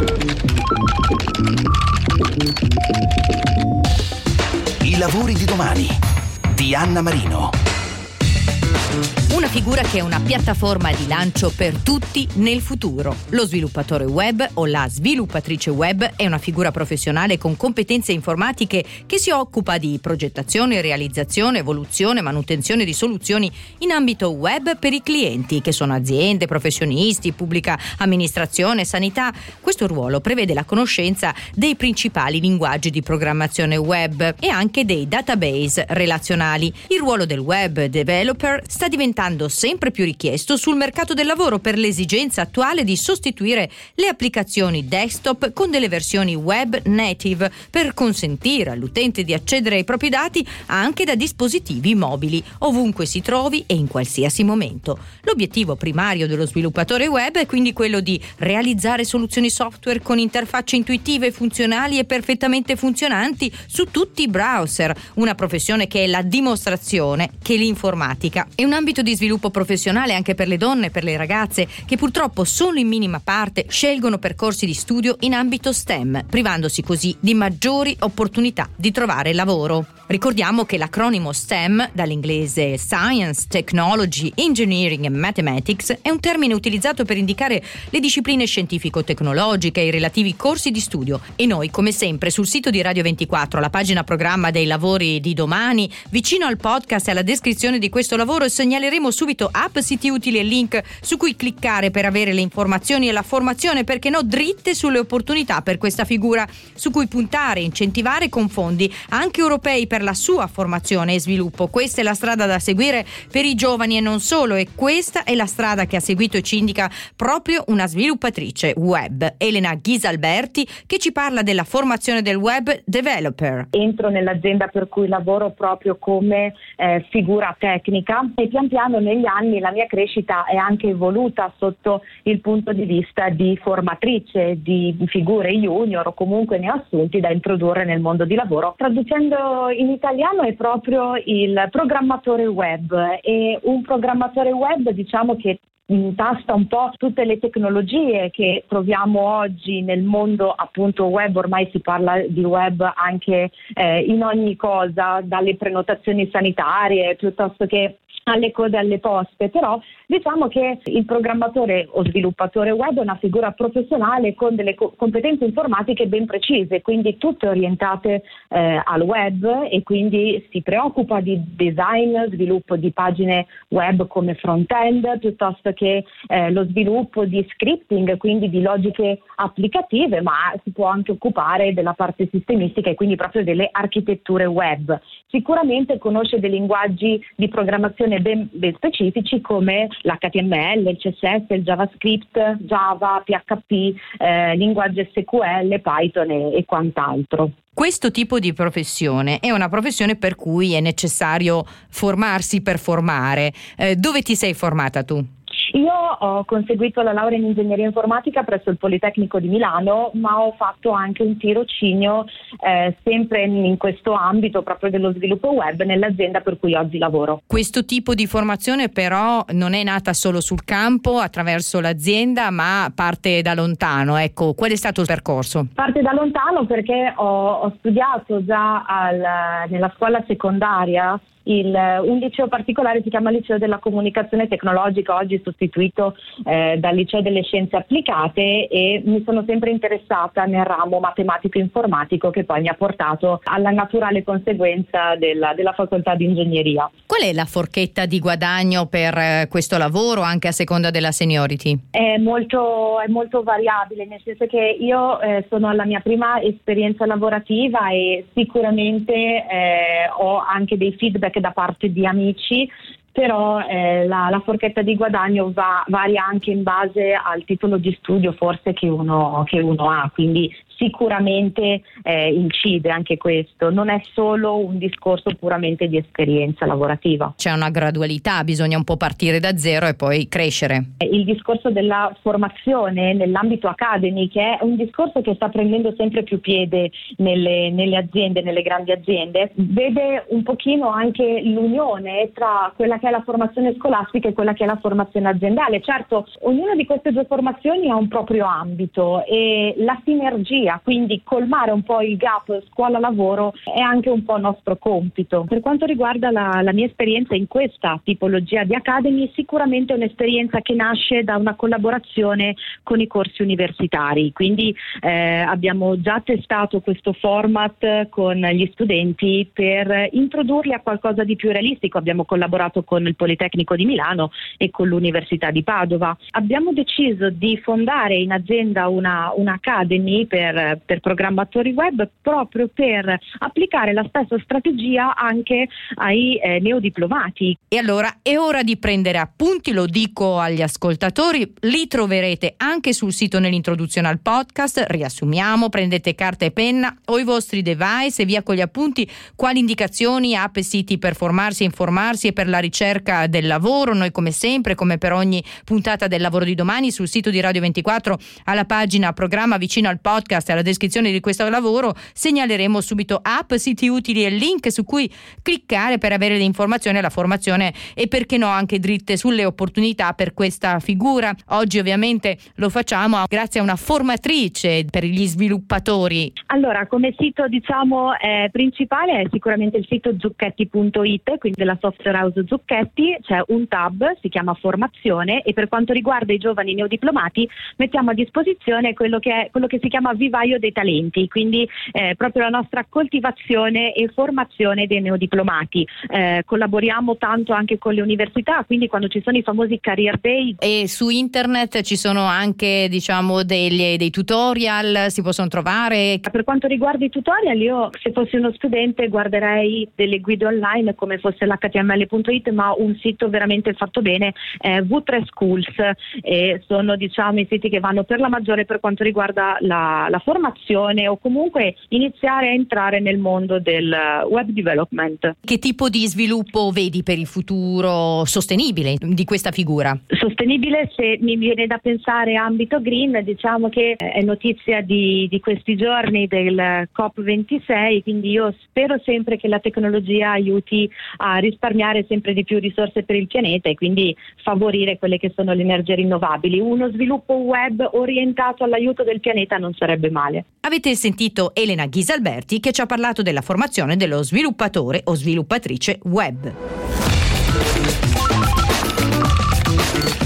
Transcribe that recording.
I lavori di domani di Anna Marino. Una figura che è una piattaforma di lancio per tutti nel futuro. Lo sviluppatore web o la sviluppatrice web è una figura professionale con competenze informatiche che si occupa di progettazione, realizzazione, evoluzione, manutenzione di soluzioni in ambito web per i clienti, che sono aziende, professionisti, pubblica amministrazione, sanità. Questo ruolo prevede la conoscenza dei principali linguaggi di programmazione web e anche dei database relazionali. Il ruolo del web developer sta diventando sempre più richiesto sul mercato del lavoro per l'esigenza attuale di sostituire le applicazioni desktop con delle versioni web native per consentire all'utente di accedere ai propri dati anche da dispositivi mobili, ovunque si trovi e in qualsiasi momento. L'obiettivo primario dello sviluppatore web è quindi quello di realizzare soluzioni software con interfacce intuitive, funzionali e perfettamente funzionanti su tutti i browser, una professione che è la dimostrazione che l'informatica è un ambito di sviluppo professionale anche per le donne e per le ragazze che purtroppo solo in minima parte scelgono percorsi di studio in ambito STEM, privandosi così di maggiori opportunità di trovare lavoro. Ricordiamo che l'acronimo STEM, dall'inglese Science, Technology, Engineering and Mathematics, è un termine utilizzato per indicare le discipline scientifico-tecnologiche e i relativi corsi di studio. E noi, come sempre, sul sito di Radio 24, alla pagina programma dei lavori di domani, vicino al podcast e alla descrizione di questo lavoro, segnaleremo subito app, siti utili e link su cui cliccare per avere le informazioni e la formazione, perché no, dritte sulle opportunità per questa figura su cui puntare e incentivare con fondi anche europei per la sua formazione e sviluppo. Questa è la strada da seguire per i giovani e non solo, e questa è la strada che ha seguito e ci indica proprio una sviluppatrice web, Elena Ghisalberti, che ci parla della formazione del web developer. Entro nell'azienda per cui lavoro proprio come figura tecnica e pian piano negli anni la mia crescita è anche evoluta sotto il punto di vista di formatrice di figure junior o comunque neoassunti da introdurre nel mondo di lavoro. Traducendo in italiano è proprio il programmatore web, e un programmatore web diciamo che intasta un po' tutte le tecnologie che troviamo oggi nel mondo appunto web. Ormai si parla di web anche in ogni cosa, dalle prenotazioni sanitarie piuttosto che alle code alle poste, però diciamo che il programmatore o sviluppatore web è una figura professionale con delle competenze informatiche ben precise, quindi tutte orientate al web, e quindi si preoccupa di design, sviluppo di pagine web come front-end, piuttosto che lo sviluppo di scripting, quindi di logiche applicative, ma si può anche occupare della parte sistemistica e quindi proprio delle architetture web. Sicuramente conosce dei linguaggi di programmazione ben specifici come l'HTML, il CSS, il JavaScript, Java, PHP, linguaggio SQL, Python e quant'altro. Questo tipo di professione è una professione per cui è necessario formarsi per formare. Dove ti sei formata tu? Io ho conseguito la laurea in ingegneria informatica presso il Politecnico di Milano, ma ho fatto anche un tirocinio sempre in questo ambito proprio dello sviluppo web nell'azienda per cui oggi lavoro. Questo tipo di formazione però non è nata solo sul campo attraverso l'azienda, ma parte da lontano. Ecco, qual è stato il percorso? Parte da lontano perché ho studiato già nella scuola secondaria un liceo particolare, si chiama Liceo della Comunicazione Tecnologica, oggi sostituito dal Liceo delle Scienze Applicate, e mi sono sempre interessata nel ramo matematico-informatico, che poi mi ha portato alla naturale conseguenza della facoltà di ingegneria. Qual è la forchetta di guadagno per questo lavoro, anche a seconda della seniority? È molto variabile, nel senso che io sono alla mia prima esperienza lavorativa e sicuramente ho anche dei feedback da parte di amici, però la forchetta di guadagno varia anche in base al titolo di studio forse che uno ha, quindi sicuramente incide anche questo, non è solo un discorso puramente di esperienza lavorativa. C'è una gradualità, bisogna un po' partire da zero e poi crescere. Il discorso della formazione nell'ambito academy, che è un discorso che sta prendendo sempre più piede nelle aziende, nelle grandi aziende, vede un pochino anche l'unione tra quella che è la formazione scolastica e quella che è la formazione aziendale. Certo, ognuna di queste due formazioni ha un proprio ambito e la sinergia, quindi colmare un po' il gap scuola-lavoro, è anche un po' nostro compito. Per quanto riguarda la mia esperienza in questa tipologia di academy, sicuramente è un'esperienza che nasce da una collaborazione con i corsi universitari, quindi abbiamo già testato questo format con gli studenti per introdurli a qualcosa di più realistico. Abbiamo collaborato con il Politecnico di Milano e con l'Università di Padova. Abbiamo deciso di fondare in azienda una academy per programmatori web, proprio per applicare la stessa strategia anche ai neodiplomati. E allora è ora di prendere appunti, lo dico agli ascoltatori, li troverete anche sul sito nell'introduzione al podcast. Riassumiamo, prendete carta e penna o i vostri device e via con gli appunti quali indicazioni, app e siti per formarsi, informarsi e per la ricerca del lavoro. Noi come sempre, come per ogni puntata del Lavoro di Domani, sul sito di Radio 24 alla pagina programma vicino al podcast, alla descrizione di questo lavoro segnaleremo subito app, siti utili e link su cui cliccare per avere le informazioni, la formazione e perché no anche dritte sulle opportunità per questa figura. Oggi ovviamente lo facciamo grazie a una formatrice per gli sviluppatori. Allora, come sito principale è sicuramente il sito zucchetti.it, quindi della software house Zucchetti. C'è un tab, si chiama formazione, e per quanto riguarda i giovani neodiplomati mettiamo a disposizione quello che si chiama vivaio dei talenti, quindi proprio la nostra coltivazione e formazione dei neodiplomati. Collaboriamo tanto anche con le università, quindi quando ci sono i famosi career day. E su internet ci sono anche dei tutorial, si possono trovare? Per quanto riguarda i tutorial, io se fossi uno studente guarderei delle guide online come fosse l'html.it, ma un sito veramente fatto bene è V3 Schools, e sono i siti che vanno per la maggiore per quanto riguarda la formazione o comunque iniziare a entrare nel mondo del web development. Che tipo di sviluppo vedi per il futuro sostenibile di questa figura? Sostenibile, se mi viene da pensare ambito green, diciamo che è notizia di questi giorni del COP26, quindi io spero sempre che la tecnologia aiuti a risparmiare sempre di più risorse per il pianeta e quindi favorire quelle che sono le energie rinnovabili. Uno sviluppo web orientato all'aiuto del pianeta non sarebbe male. Avete sentito Elena Ghisalberti che ci ha parlato della formazione dello sviluppatore o sviluppatrice web.